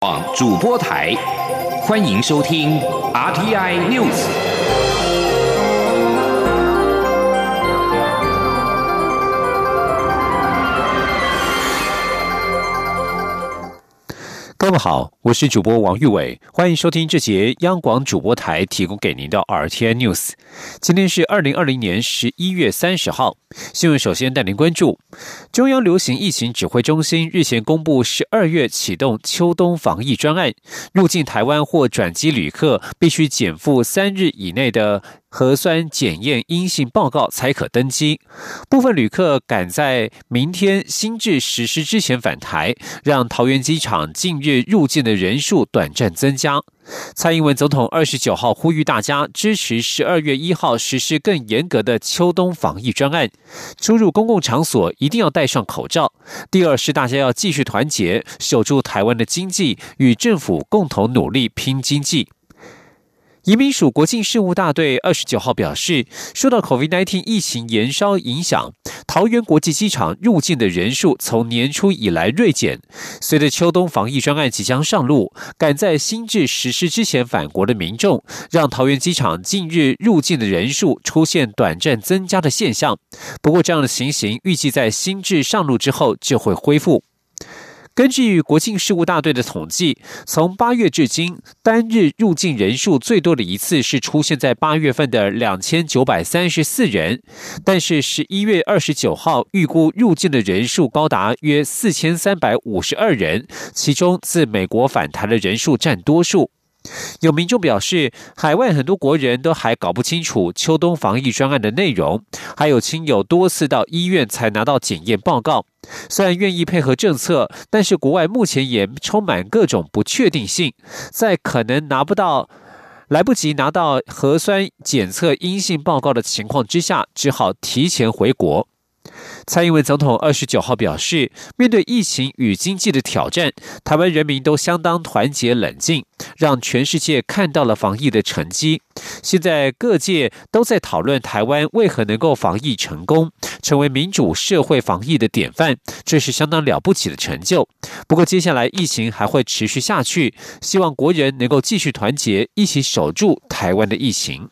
主播台，欢迎收听 RTI News。各位好，我是主播王玉伟，欢迎收听这节央广主播台提供给您的 RTI News。今天是2020年11月30号，新闻首先带您关注，中央流行疫情指挥中心日前公布12月启动秋冬防疫专案，入境台湾或转机旅客必须减负3日以内的核酸检验阴性报告才可登机。部分旅客赶在明天新制实施之前返台，让桃园机场近日入境的人数短暂增加。蔡英文总统29号呼吁大家支持12月1号实施更严格的秋冬防疫专案，出入公共场所一定要戴上口罩。第二是大家要继续团结，守住台湾的经济，与政府共同努力拼经济。移民署国境事务大队29号表示，受到 COVID-19 疫情延烧影响，桃园国际机场入境的人数从年初以来锐减。随着秋冬防疫专案即将上路，赶在新制实施之前返国的民众，让桃园机场近日入境的人数出现短暂增加的现象。不过，这样的情形预计在新制上路之后就会恢复。根据国境事务大队的统计，从8月至今，单日入境人数最多的一次是出现在8月份的2934人，但是11月29号预估入境的人数高达约4352人，其中自美国返台的人数占多数。有民众表示，海外很多国人都还搞不清楚秋冬防疫专案的内容，还有亲友多次到医院才拿到检验报告。虽然愿意配合政策，但是国外目前也充满各种不确定性，在可能来不及拿到核酸检测阴性报告的情况之下，只好提前回国。蔡英文总统29号表示，面对疫情与经济的挑战，台湾人民都相当团结冷静，让全世界看到了防疫的成绩。现在各界都在讨论台湾为何能够防疫成功，成为民主社会防疫的典范，这是相当了不起的成就。不过接下来疫情还会持续下去，希望国人能够继续团结，一起守住台湾的疫情。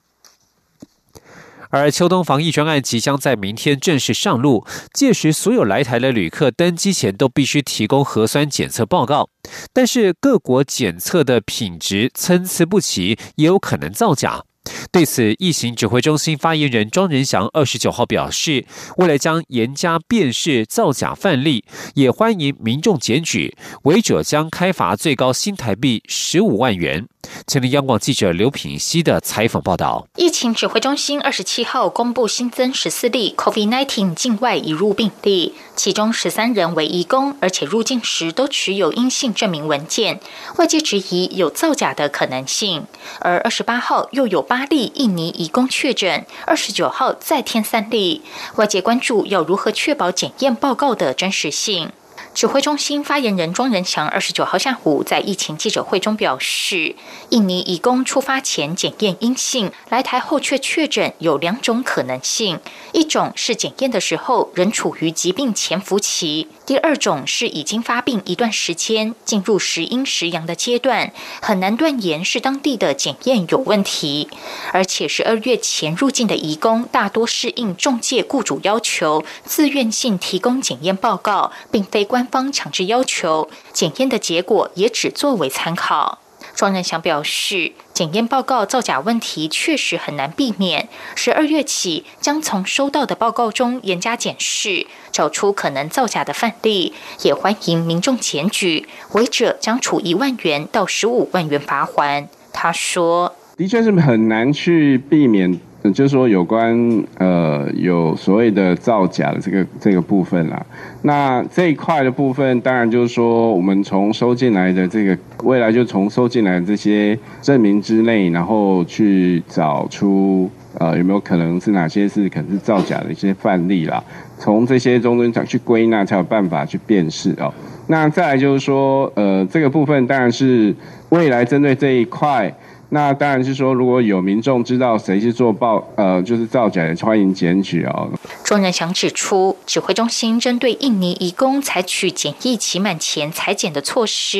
而秋冬防疫专案即将在明天正式上路，届时所有来台的旅客登机前都必须提供核酸检测报告，但是各国检测的品质参差不齐，也有可能造假。对此，疫情指挥中心发言人庄仁祥29号表示，未来将严加辨识造假范例，也欢迎民众检举，违者将开罚最高新台币15万元。前天央广记者刘品希的采访报道。 疫情指挥中心27号公布新增14例 COVID-19 境外移入病例，其中13人为移工，而且入境时都持有阴性证明文件，外界质疑有造假的可能性。而28号又有8例印尼移工确诊，29号再添3例，外界关注要如何确保检验报告的真实性。指挥中心发言人庄仁祥29号下午在疫情记者会中表示，印尼移工出发前检验阴性，来台后却确诊有2种可能性，一种是检验的时候仍处于疾病潜伏期，第二种是已经发病一段时间，进入时阴时阳的阶段，很难断言是当地的检验有问题。而且12月前入境的移工大多是应仲介雇主要求，自愿性提供检验报告，并非官方强制要求，检验的结果也只作为参考。庄仁祥表示，检验报告造假问题确实很难避免，12月起将从收到的报告中严加检视，找出可能造假的范例，也欢迎民众检举，违者将处1万元到15万元罚锾。他说， 的确是很难去避免，就是说有关有所谓的造假的这个部分啦。那这一块的部分，当然就是说我们从收进来的未来就从收进来的这些证明之内，然后去找出有没有可能是哪些是可能是造假的一些范例啦。从这些中间去归纳，才有办法去辨识哦。那再来就是说，这个部分当然是未来针对这一块。那当然是说，如果有民众知道谁是就是造假的，欢迎检举哦。 庄仁祥指出，指挥中心针对印尼移工采取检疫期满前采检的措施，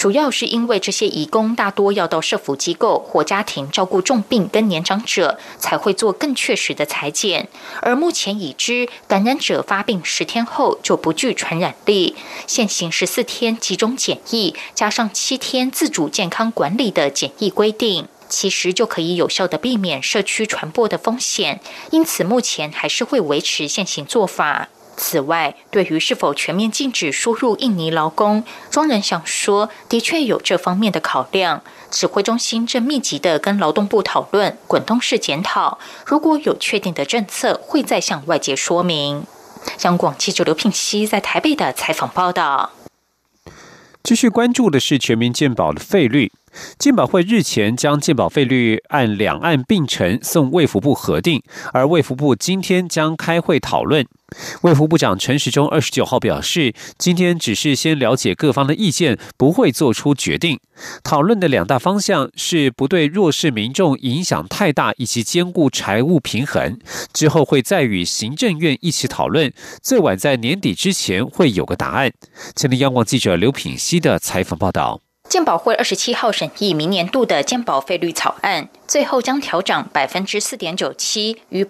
主要是因为这些移工大多要到社福机构或家庭照顾重病跟年长者，才会做更确实的采检。而目前已知感染者发病10天后就不具传染力，现行14天集中检疫加上7天自主健康管理的检疫规定，其实就可以有效地避免社区传播的风险，因此目前还是会维持现行做法。此外，对于是否全面禁止输入印尼劳工，庄仁祥说，的确有这方面的考量。指挥中心正密集地跟劳动部讨论滚动式检讨，如果有确定的政策，会再向外界说明。央广记者刘聘熙在台北的采访报道。 继续关注的是全民健保的费率。健保会日前将健保费率按两岸并陈送卫福部核定，而卫福部今天将开会讨论。卫福部长陈时中29号表示，今天只是先了解各方的意见，不会做出决定。讨论的2大方向是不对弱势民众影响太大，以及兼顾财务平衡。之后会再与行政院一起讨论，最晚在年底之前会有个答案。前天央广记者刘品希的采访报道。 健保会27号审议明年度的健保费率草案，最后将调涨 4.97% 与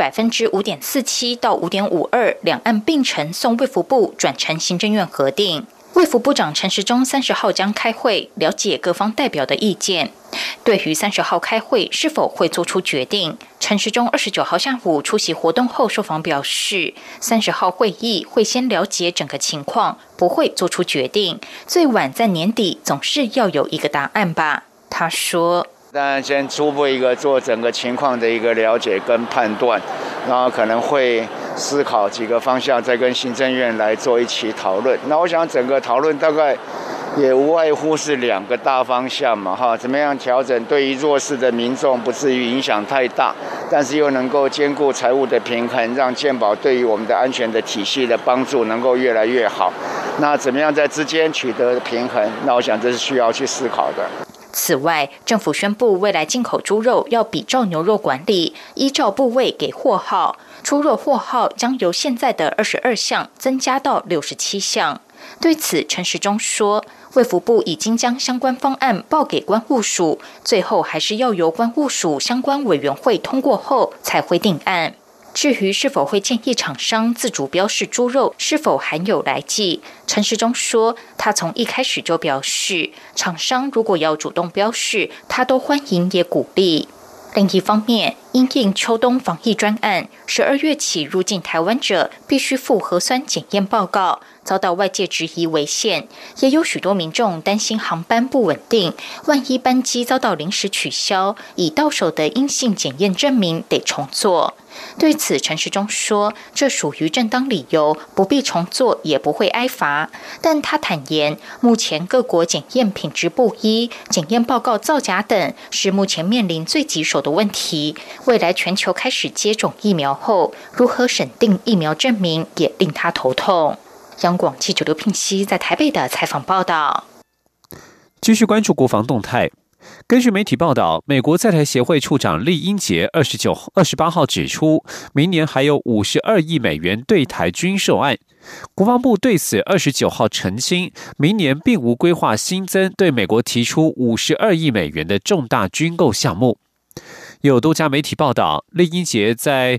5.47% 到 5.52%两岸并陈送卫福部转呈行政院核定。卫福部长陈时中30号将开会了解各方代表的意见。对于30号开会是否会做出决定，陈时中29号下午出席活动后受访表示，30号会议会先了解整个情况，不会做出决定，最晚在年底总是要有一个答案吧。他说， 当然先初步一个做整个情况的一个了解跟判断，然后可能会思考几个方向，再跟行政院来做一起讨论。那我想整个讨论大概也无外乎是2个大方向嘛，哈，怎么样调整对于弱势的民众不至于影响太大，但是又能够兼顾财务的平衡，让健保对于我们的安全的体系的帮助能够越来越好。那怎么样在之间取得平衡？那我想这是需要去思考的。 此外，政府宣布未来进口猪肉要比照牛肉管理，依照部位给货号，猪肉货号将由现在的22项增加到67项。对此，陈时中说，卫福部已经将相关方案报给关务署，最后还是要由关务署相关委员会通过后才会定案。至于是否会建议厂商自主标示猪肉是否含有来剂，陈时中说，他从一开始就表示，厂商如果要主动标示，他都欢迎也鼓励。另一方面，因应秋冬防疫专案，12月起入境台湾者必须附核酸检验报告，遭到外界质疑违宪，也有许多民众担心航班不稳定，万一班机遭到临时取消，已到手的阴性检验证明得重做。对此，陈时中说，这属于正当理由，不必重做，也不会挨罚。但他坦言，目前各国检验品质不一，检验报告造假等，是目前面临最棘手的问题。未来全球开始接种疫苗后，如何审定疫苗证明，也令他头痛。央广记者刘聘熙在台北的采访报道。 继续关注国防动态。根据媒体报道，美国在台协会处长酈英杰28号指出，明年还有52亿美元对台军售案。国防部对此29号澄清，明年并无规划新增对美国提出52亿美元的重大军购项目。有多家媒体报道，酈英杰在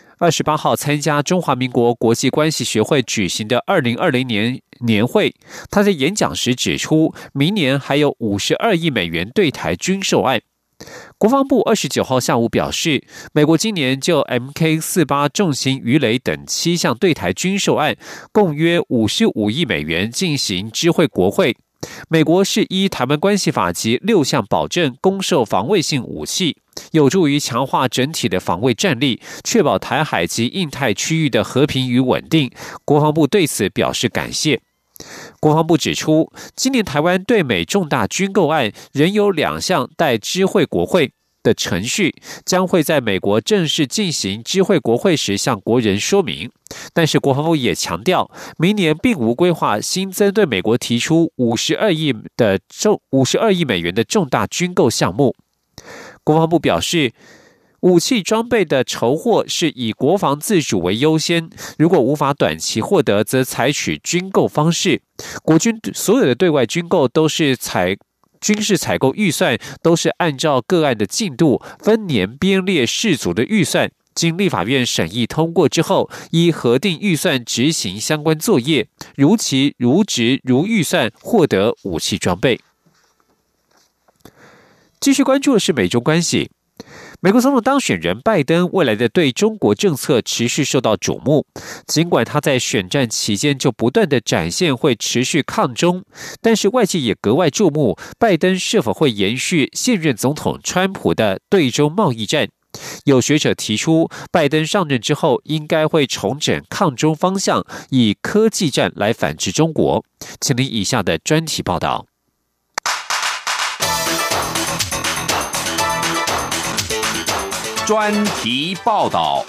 28号参加中华民国国际关系学会举行的2020年年会，他在演讲时指出，明年还有52亿美元对台军售案。国防部29号下午表示，美国今年就 MK48 重型鱼雷等7项对台军售案，共约55亿美元进行知会国会。美国是依台湾关系法及6项保证供售防卫性武器，有助于强化整体的防卫战力，确保台海及印太区域的和平与稳定。国防部对此表示感谢。国防部指出，今年台湾对美重大军购案仍有2项待知会国会的程序，将会在美国正式进行知会国会时向国人说明。但是国防部也强调，明年并无规划新增对美国提出52亿美元的重大军购项目。国防部表示，武器装备的筹获是以国防自主为优先，如果无法短期获得，则采取军购方式。国军所有的对外军购都是采军事采购预算都是按照个案的进度分年编列适足的预算，经立法院审议通过之后，依核定预算执行相关作业，如期如职如预算获得武器装备。继续关注的是美中关系。美国总统当选人拜登未来的对中国政策持续受到瞩目，尽管他在选战期间就不断的展现会持续抗中，但是外界也格外注目拜登是否会延续现任总统川普的对中贸易战。有学者提出，拜登上任之后应该会重整抗中方向，以科技战来反制中国。请听以下的专题报道。 专题报道。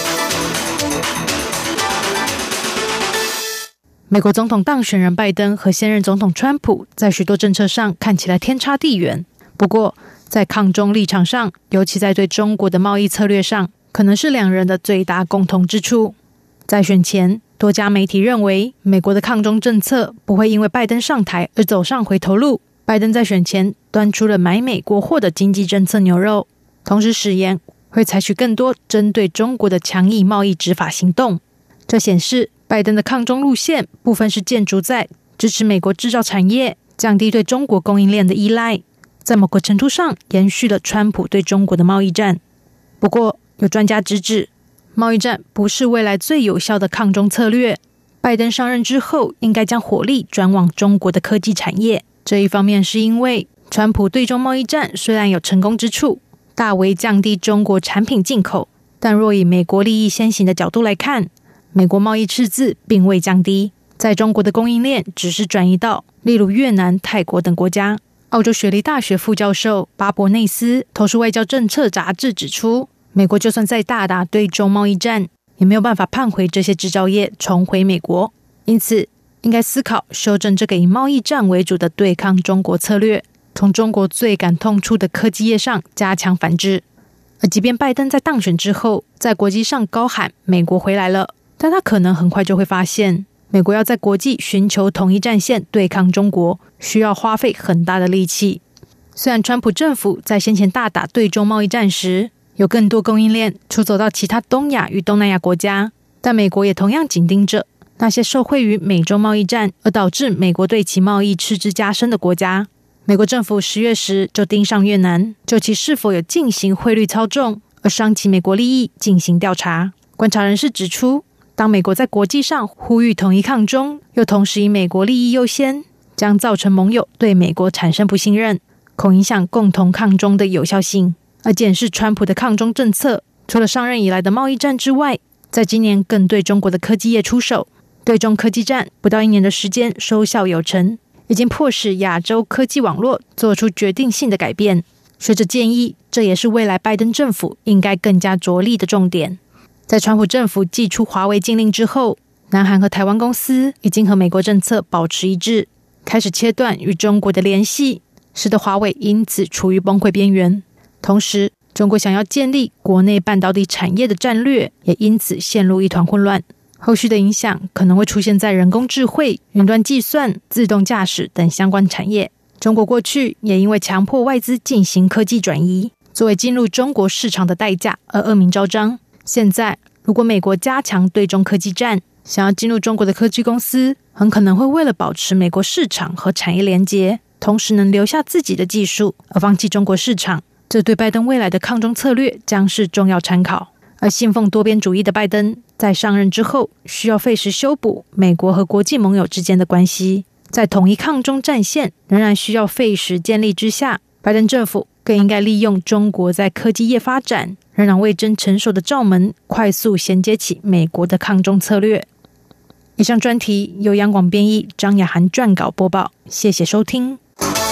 美国总统当选人拜登和现任总统川普在许多政策上看起来天差地远，不过在抗中立场上，尤其在对中国的贸易策略上，可能是两人的最大共同之处。在选前，多家媒体认为美国的抗中政策不会因为拜登上台而走上回头路。拜登在选前端出了买美国货的经济政策牛肉，同时誓言会采取更多针对中国的强硬贸易执法行动。这显示拜登的抗中路线部分是建筑在支持美国制造产业，降低对中国供应链的依赖，在某个程度上延续了川普对中国的贸易战。不过有专家直指，贸易战不是未来最有效的抗中策略，拜登上任之后应该将火力转往中国的科技产业。这一方面是因为川普对中贸易战虽然有成功之处，大为降低中国产品进口，但若以美国利益先行的角度来看，美国贸易赤字并未降低，在中国的供应链只是转移到例如越南、泰国等国家。澳洲雪梨大学副教授巴伯内斯投书外交政策杂志指出，美国就算再大打对中贸易战，也没有办法盼回这些制造业重回美国，因此应该思考修正这个以贸易战为主的对抗中国策略，从中国最感痛处的科技业上加强反制。而即便拜登在当选之后在国际上高喊美国回来了，但他可能很快就会发现，美国要在国际寻求统一战线对抗中国，需要花费很大的力气。虽然川普政府在先前大打对中贸易战时，有更多供应链出走到其他东亚与东南亚国家，但美国也同样紧盯着那些受惠于美中贸易战而导致美国对其贸易赤字加深的国家。美国政府10月时就盯上越南，就其是否有进行汇率操纵而伤及美国利益进行调查。观察人士指出，当美国在国际上呼吁统一抗中，又同时以美国利益优先，将造成盟友对美国产生不信任，恐影响共同抗中的有效性。而检视川普的抗中政策，除了上任以来的贸易战之外，在今年更对中国的科技业出手，对中科技战不到1年的时间收效有成，已经迫使亚洲科技网络做出决定性的改变。学者建议，这也是未来拜登政府应该更加着力的重点。在川普政府祭出华为禁令之后，南韩和台湾公司已经和美国政策保持一致，开始切断与中国的联系，使得华为因此处于崩溃边缘。同时，中国想要建立国内半导体产业的战略也因此陷入一团混乱。后续的影响可能会出现在人工智慧、云端计算、自动驾驶等相关产业。中国过去也因为强迫外资进行科技转移，作为进入中国市场的代价而恶名昭彰。现在如果美国加强对中科技战，想要进入中国的科技公司很可能会为了保持美国市场和产业连结，同时能留下自己的技术而放弃中国市场，这对拜登未来的抗中策略将是重要参考。而信奉多边主义的拜登在上任之后，需要费时修补美国和国际盟友之间的关系，在统一抗中战线仍然需要费时建立之下，拜登政府更应该利用中国在科技业发展仍然未臻成熟的罩门，快速衔接起美国的抗中策略。以上专题由央广编译，张雅涵撰稿播报，谢谢收听。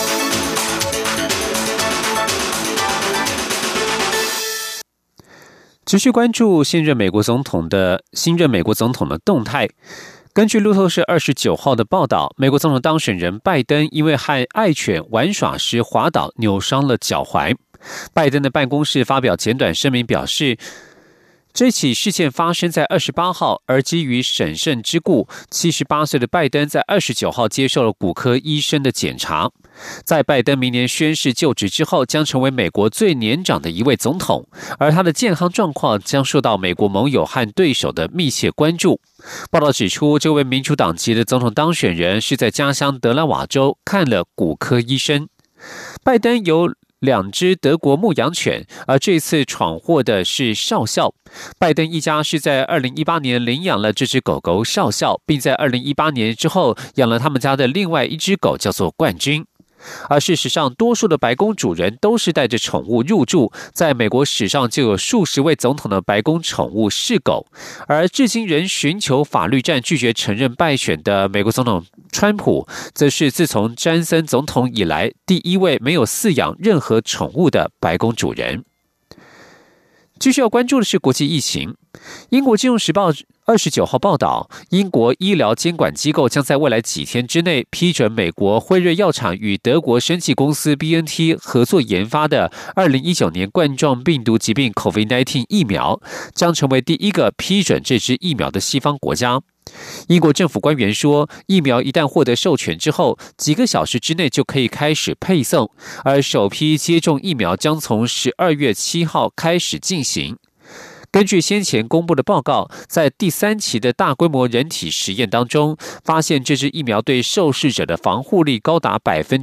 持续关注新任美国总统的动态。根据路透社29号的报道，美国总统当选人拜登因为和爱犬玩耍时滑倒，扭伤了脚踝。拜登的办公室发表简短声明表示， 这起事件发生在28号，而基于审慎之故，78岁的拜登在29号接受了骨科医生的检查。在拜登明年宣誓就职之后，将成为美国最年长的一位总统，而他的健康状况将受到美国盟友和对手的密切关注。报道指出，这位民主党籍的总统当选人是在家乡德拉瓦州看了骨科医生。拜登有2只德国牧羊犬，而这次闯祸的是少校。拜登一家是在2018年领养了这只狗狗少校，并在2018年之后养了他们家的另外一只狗，叫做冠军。而事实上，多数的白宫主人都是带着宠物入住，在美国史上就有数十位总统的白宫宠物是狗。而至今仍寻求法律战拒绝承认败选的美国总统川普，则是自从詹森总统以来第一位没有饲养任何宠物的白宫主人。继续要关注的是国际疫情。英国金融时报29号报道，英国医疗监管机构将在未来几天之内批准美国辉瑞药厂与德国生技公司 BNT 合作研发的2019年冠状病毒疾病 COVID-19 疫苗，将成为第一个批准这支疫苗的西方国家。英国政府官员说，疫苗一旦获得授权之后，几个小时之内就可以开始配送，而首批接种疫苗将从12月7号开始进行。根据先前公布的报告，在第3期的大规模人体实验当中，发现这支疫苗对受试者的防护力高达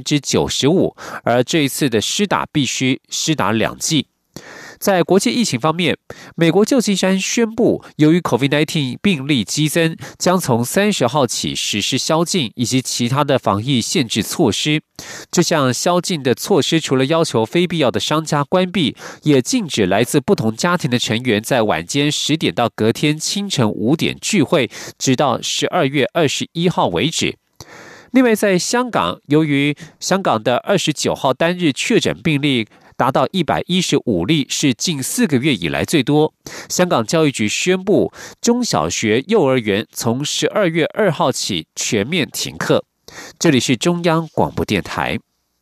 95%， 而这一次的施打必须施打2剂。在国际疫情方面，美国旧金山宣布，由于 COVID-19 病例激增，将从30号起实施宵禁以及其他的防疫限制措施。这项宵禁的措施除了要求非必要的商家关闭，也禁止来自不同家庭的成员在晚间10点到隔天清晨5点聚会，直到12月21号为止。另外，在香港，由于香港的29号单日确诊病例达到115例，是近4个月以来最多。香港教育局宣布，中小学、幼儿园从12月2号起全面停课。这里是中央广播电台。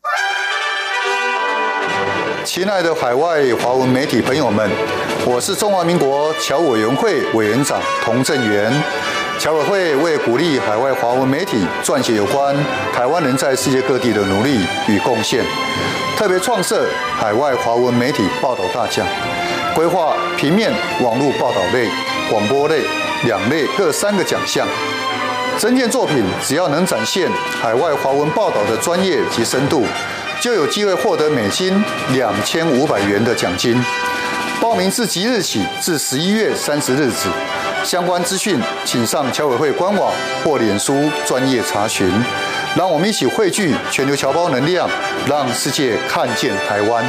亲爱的海外华文媒体朋友们，我是中华民国侨委员会委员长童振源。侨委会为鼓励海外华文媒体撰写有关台湾人在世界各地的努力与贡献，特别创设海外华文媒体报道大奖，规划平面、网络报道类、广播类2类各3个奖项。整件作品只要能展现海外华文报道的专业及深度，就有机会获得美金2500元的奖金。报名自即日起至11月30日止。相关资讯请上侨委会官网或脸书专业查询。让我们一起汇聚全球侨胞能量，让世界看见台湾。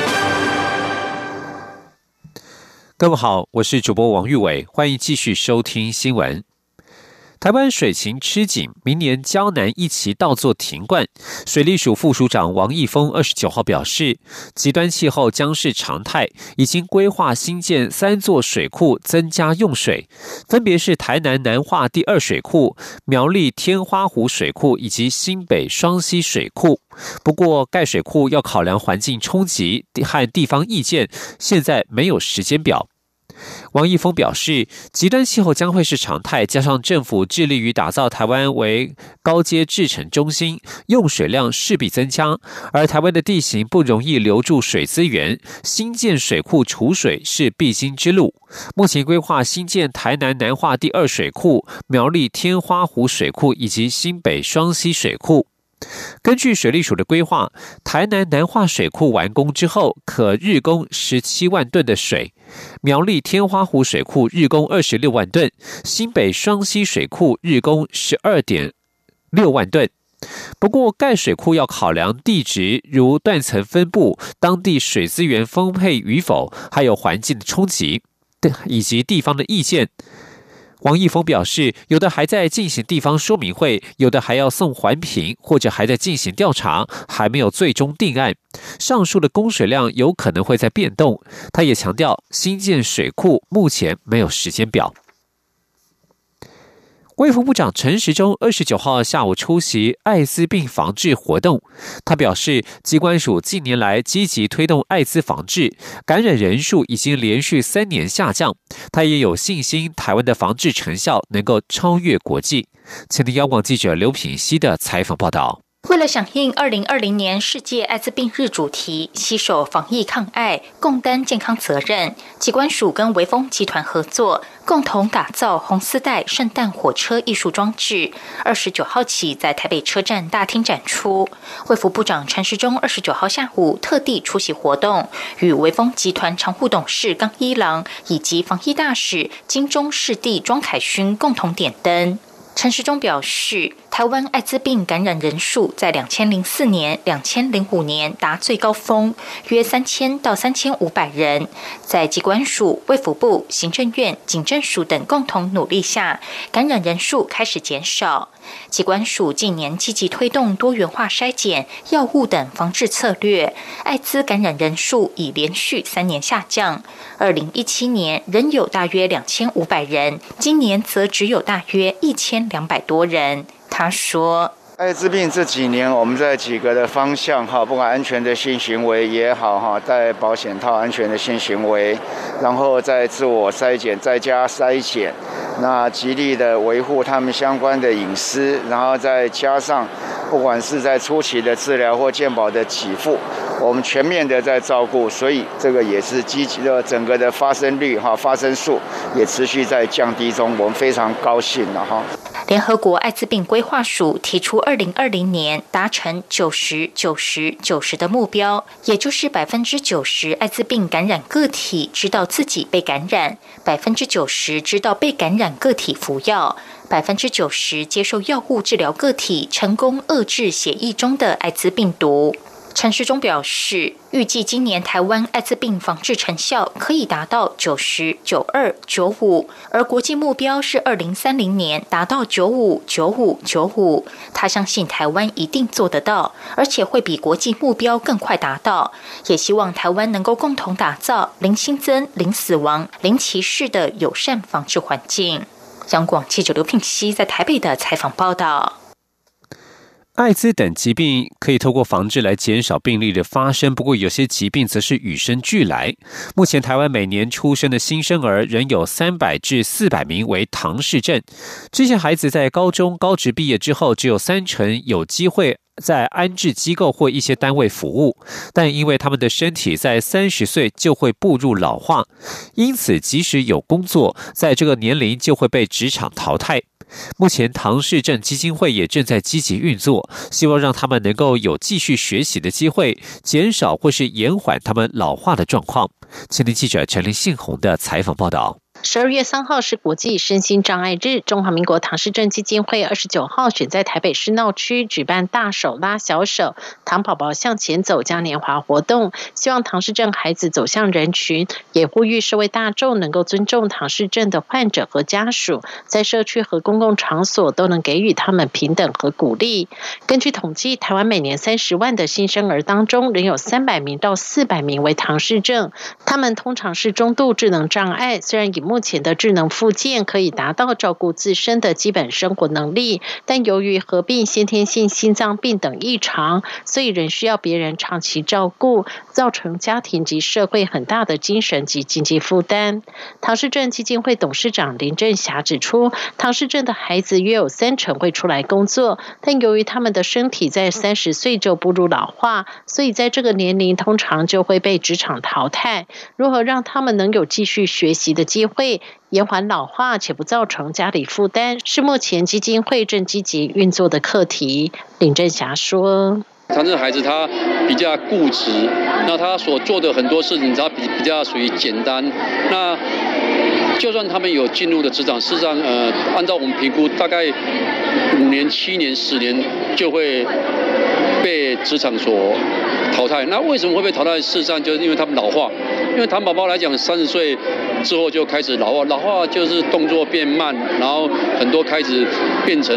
各位好，我是主播王玉伟，欢迎继续收听新闻。台湾水情吃紧，明年嘉南一期稻作停灌。水利署副署长王义峰29号表示，极端气候将是常态，已经规划新建3座水库增加用水，分别是台南南化第2水库、苗栗天花湖水库以及新北双溪水库。不过盖水库要考量环境冲击和地方意见，现在没有时间表。王义峰表示，极端气候将会是常态，加上政府致力于打造台湾为高阶制程中心，用水量势必增加，而台湾的地形不容易留住水资源，新建水库储水是必经之路。目前规划新建台南南化第2水库、苗栗天花湖水库以及新北双溪水库。根据水利署的规划，台南南化水库完工之后，可日供17万吨的水；苗栗天花湖水库日供26万吨，新北双溪水库日供12.6万吨。不过，盖水库要考量地质如断层分布、当地水资源丰沛与否，还有环境的冲击，以及地方的意见。王义峰表示，有的还在进行地方说明会，有的还要送环评，或者还在进行调查，还没有最终定案。上述的供水量有可能会在变动。他也强调，新建水库目前没有时间表。 卫福部长陈时中29号下午出席艾滋病防治活动，他表示，疾管署近年来积极推动艾滋防治，感染人数已经连续3年下降。他也有信心，台湾的防治成效能够超越国际。前天央广记者刘品希的采访报道。 为了响应2020年世界艾滋病日主题，携手防疫抗艾，共担健康责任，疾管署跟微风集团合作，共同打造红丝带圣诞火车艺术装置，29号起在台北车站大厅展出。卫福部长陈时中29号下午特地出席活动，与微风集团常务董事冈一郎以及防疫大使金钟市地庄凯勋共同点灯。陈时中表示，台湾艾滋病感染人数在2004年、2005年达最高峰，约3000到3500人。在疾管署、卫福部、行政院、警政署等共同努力下，感染人数开始减少。疾管署近年积极推动多元化筛检、药物等防治策略，艾滋感染人数已连续3年下降。2017年仍有大约2500人，今年则只有大约1200多人。他说， 艾滋病这几年，我们在几个的方向不管安全的性行为也好戴保险套安全的性行为，然后再自我筛检，再加筛检，那极力的维护他们相关的隐私，然后再加上不管是在初期的治疗或健保的给付，我们全面的在照顾，所以这个也是积极的，整个的发生率发生数也持续在降低中，我们非常高兴了联合国艾滋病规划署提出2020年达成90-90-90的目标，也就是90%艾滋病感染个体知道自己被感染，90%知道被感染个体服药，90%接受药物治疗个体成功遏制血液中的艾滋病毒。陈时中表示，预计今年台湾艾滋病防治成效可以达到90、92、95，而国际目标是2030年达到95、95、95。他相信台湾一定做得到，而且会比国际目标更快达到。也希望台湾能够共同打造零新增、零死亡、零歧视的友善防治环境。央广记者刘聘熙在台北的采访报道。 艾滋等疾病可以透过防治来减少病例的发生，不过有些疾病则是与生俱来。目前台湾每年出生的新生儿仍有300至400名为唐氏症，这些孩子在高中、高职毕业之后，只有30%有机会在安置机构或一些单位服务，但因为他们的身体在30岁就会步入老化，因此即使有工作，在这个年龄就会被职场淘汰。目前唐氏症基金会也正在积极运作，希望让他们能够有继续学习的机会，减少或是延缓他们老化的状况。前天记者陈林信宏的采访报道。 12月3号是国际身心障碍日，中华民国唐氏症基金会29号选在台北市闹区举办大手拉小手，唐宝宝向前走嘉年华活动，希望唐氏症孩子走向人群，也呼吁社会大众能够尊重唐氏症的患者和家属，在社区和公共场所都能给予他们平等和鼓励。根据统计，台湾每年30万的新生儿当中，仍有300名到400名为唐氏症，他们通常是中度智能障碍，虽然以目前的智能复健可以达到照顾自身的基本生活能力，但由于合并先天性心脏病等异常，所以仍需要别人长期照顾，造成家庭及社会很大的精神及经济负担。唐氏症基金会董事长林正霞指出，唐氏症的孩子约有30%会出来工作，但由于他们的身体在30岁就步入老化，所以在这个年龄通常就会被职场淘汰。如何让他们能有继续学习的机会，延缓老化且不造成家里负担，是目前基金会正积极运作的课题。林正霞说， 唐氏孩子他比较固执，那他所做的很多事情他比较属于简单，那就算他们有进入的职场，事实上按照我们评估，大概5年、7年、10年就会被职场所淘汰。那为什么会被淘汰？事实上就是因为他们老化。因为唐宝宝来讲，30岁之后就开始老化，老化就是动作变慢，然后很多开始变成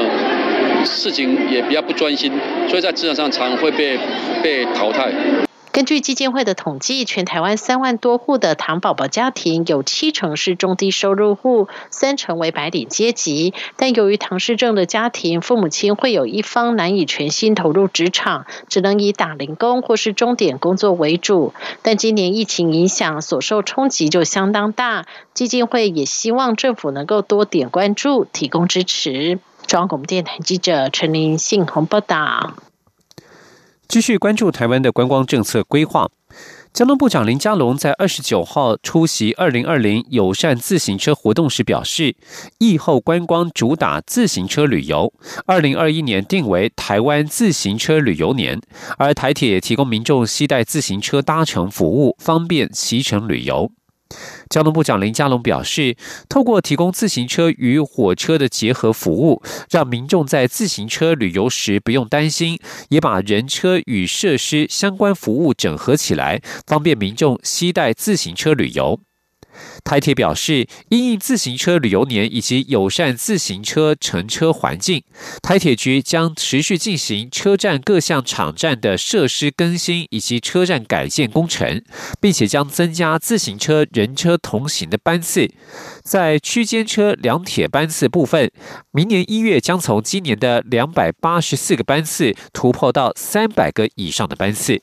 事情也比较不专心，所以在职场上常会被淘汰。 根据基金会的统计，全台湾3万多户的糖宝宝家庭，有70%是中低收入户，30%为白领阶级。但由于唐氏症的家庭，父母亲会有一方难以全心投入职场，只能以打零工或是钟点工作为主。但今年疫情影响，所受冲击就相当大。基金会也希望政府能够多点关注，提供支持。中央广播电台记者陈琳信鸿报道。 继续关注台湾的观光政策规划。交通部长林佳龙在29号出席2020友善自行车活动时表示，疫后观光主打自行车旅游，2021年定为台湾自行车旅游年，而台铁也提供民众携带自行车搭乘服务，方便骑乘旅游。交通部长林佳龙表示，透过提供自行车与火车的结合服务，让民众在自行车旅游时不用担心，也把人车与设施相关服务整合起来，方便民众携带自行车旅游。台铁表示，因应自行车旅游年以及友善自行车乘车环境，台铁局将持续进行车站各项场站的设施更新以及车站改建工程，并且将增加自行车、人车同行的班次。在区间车两铁班次部分，明年1月将从今年的284个班次突破到300个以上的班次。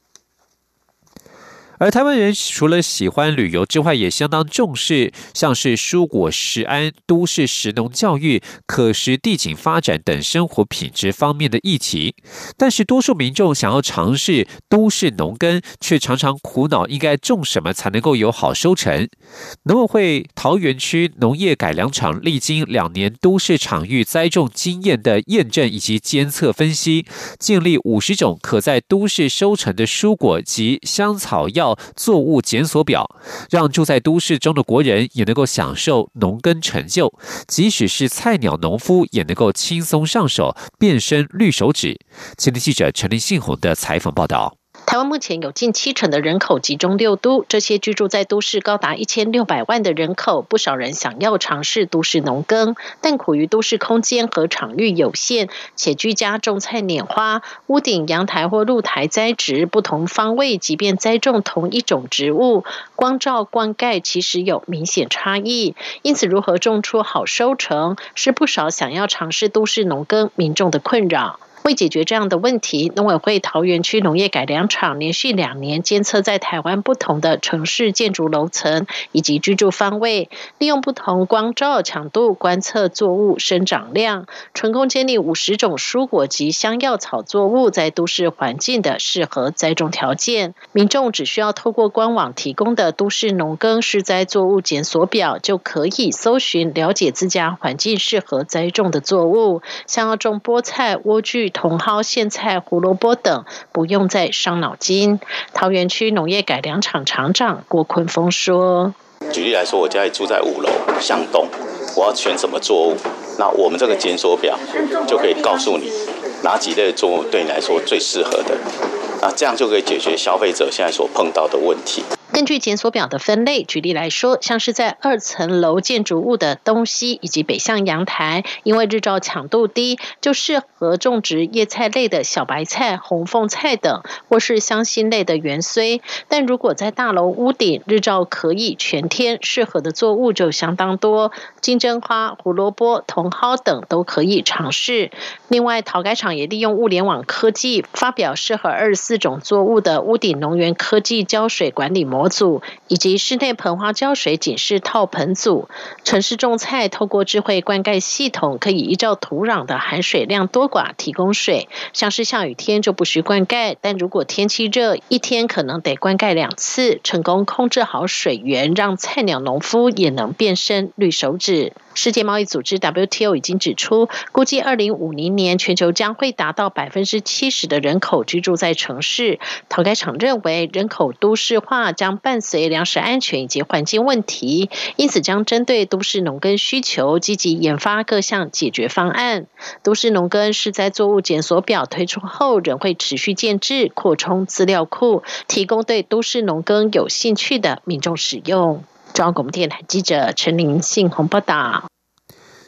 而台湾人除了喜欢旅游之外，也相当重视像是蔬果食安、都市食农教育、可食地景发展等生活品质方面的议题。但是多数民众想要尝试都市农耕，却常常苦恼应该种什么才能够有好收成。农委会桃园区农业改良场历经2年都市场域栽种经验的验证以及监测分析，建立50种可在都市收成的蔬果及香草药作物检索表，让住在都市中的国人也能够享受农耕成就，即使是菜鸟农夫也能够轻松上手，变身绿手指。前天记者陈林信宏的采访报道。 台湾目前有近70%的人口集中6都，这些居住在都市高达1600万的人口，不少人想要尝试都市农耕，但苦于都市空间和场域有限，且居家种菜拈花，屋顶、阳台或露台栽植不同方位，即便栽种同一种植物，光照灌溉其实有明显差异。因此，如何种出好收成，是不少想要尝试都市农耕民众的困扰。为解决这样的问题，农委会桃园区农业改良场连续2年监测在台湾不同的城市建筑楼层以及居住方位，利用不同光照强度观测作物生长量，成功建立50种蔬果及香药草作物在都市环境的适合栽种条件。民众只需要透过官网提供的都市农耕施栽作物检索表，就可以搜寻了解自家环境适合栽种的作物，像要种菠菜、莴苣、茼蒿、苋菜、胡萝卜等，不用再伤脑筋。桃园区农业改良场场长郭坤峰说： 举例来说，我家里住在5楼向东，我要选什么作物，那我们这个检索表就可以告诉你哪几类作物对你来说最适合的，那这样就可以解决消费者现在所碰到的问题。 根据检索表的分类，举例来说，像是在2层楼建筑物的东西以及北向阳台，因为日照强度低，就适合种植叶菜类的小白菜、红凤菜等，或是香辛类的芫荽。但如果在大楼屋顶，日照可以全天，适合的作物就相当多，金针花、胡萝卜、茼蒿等都可以尝试。另外，桃改场也利用物联网科技，发表适合24种作物的屋顶农园科技浇水管理模组，以及室内盆花浇水警示套盆组。城市种菜透过智慧灌溉系统，可以依照土壤的含水量多寡提供水，像是下雨天就不需灌溉，但如果天气热，一天可能得灌溉2次，成功控制好水源，让菜鸟农夫也能变身绿手指。世界贸易组织 WTO 已经指出，估计2050年全球将会达到70%的人口居住在城市。桃改场认为，人口都市化将伴随粮食安全以及环境问题，因此将针对都市农耕需求，积极研发各项解决方案。都市农耕是在作物检索表推出后，仍会持续建制、扩充资料库，提供对都市农耕有兴趣的民众使用。中央广播电台记者陈琳信宏报道。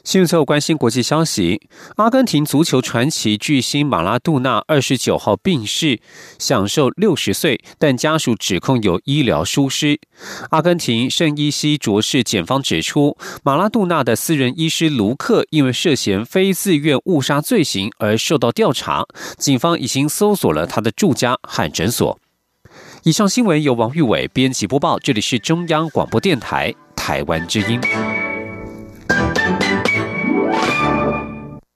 新闻最后关心国际消息，阿根廷足球传奇巨星马拉杜纳29号病逝，享寿60岁，但家属指控有医疗疏失。阿根廷圣伊西卓市检方指出，马拉杜纳的私人医师卢克因为涉嫌非自愿误杀罪行而受到调查，警方已经搜索了他的住家和诊所。以上新闻由王玉伟编辑播报，这里是中央广播电台台湾之音。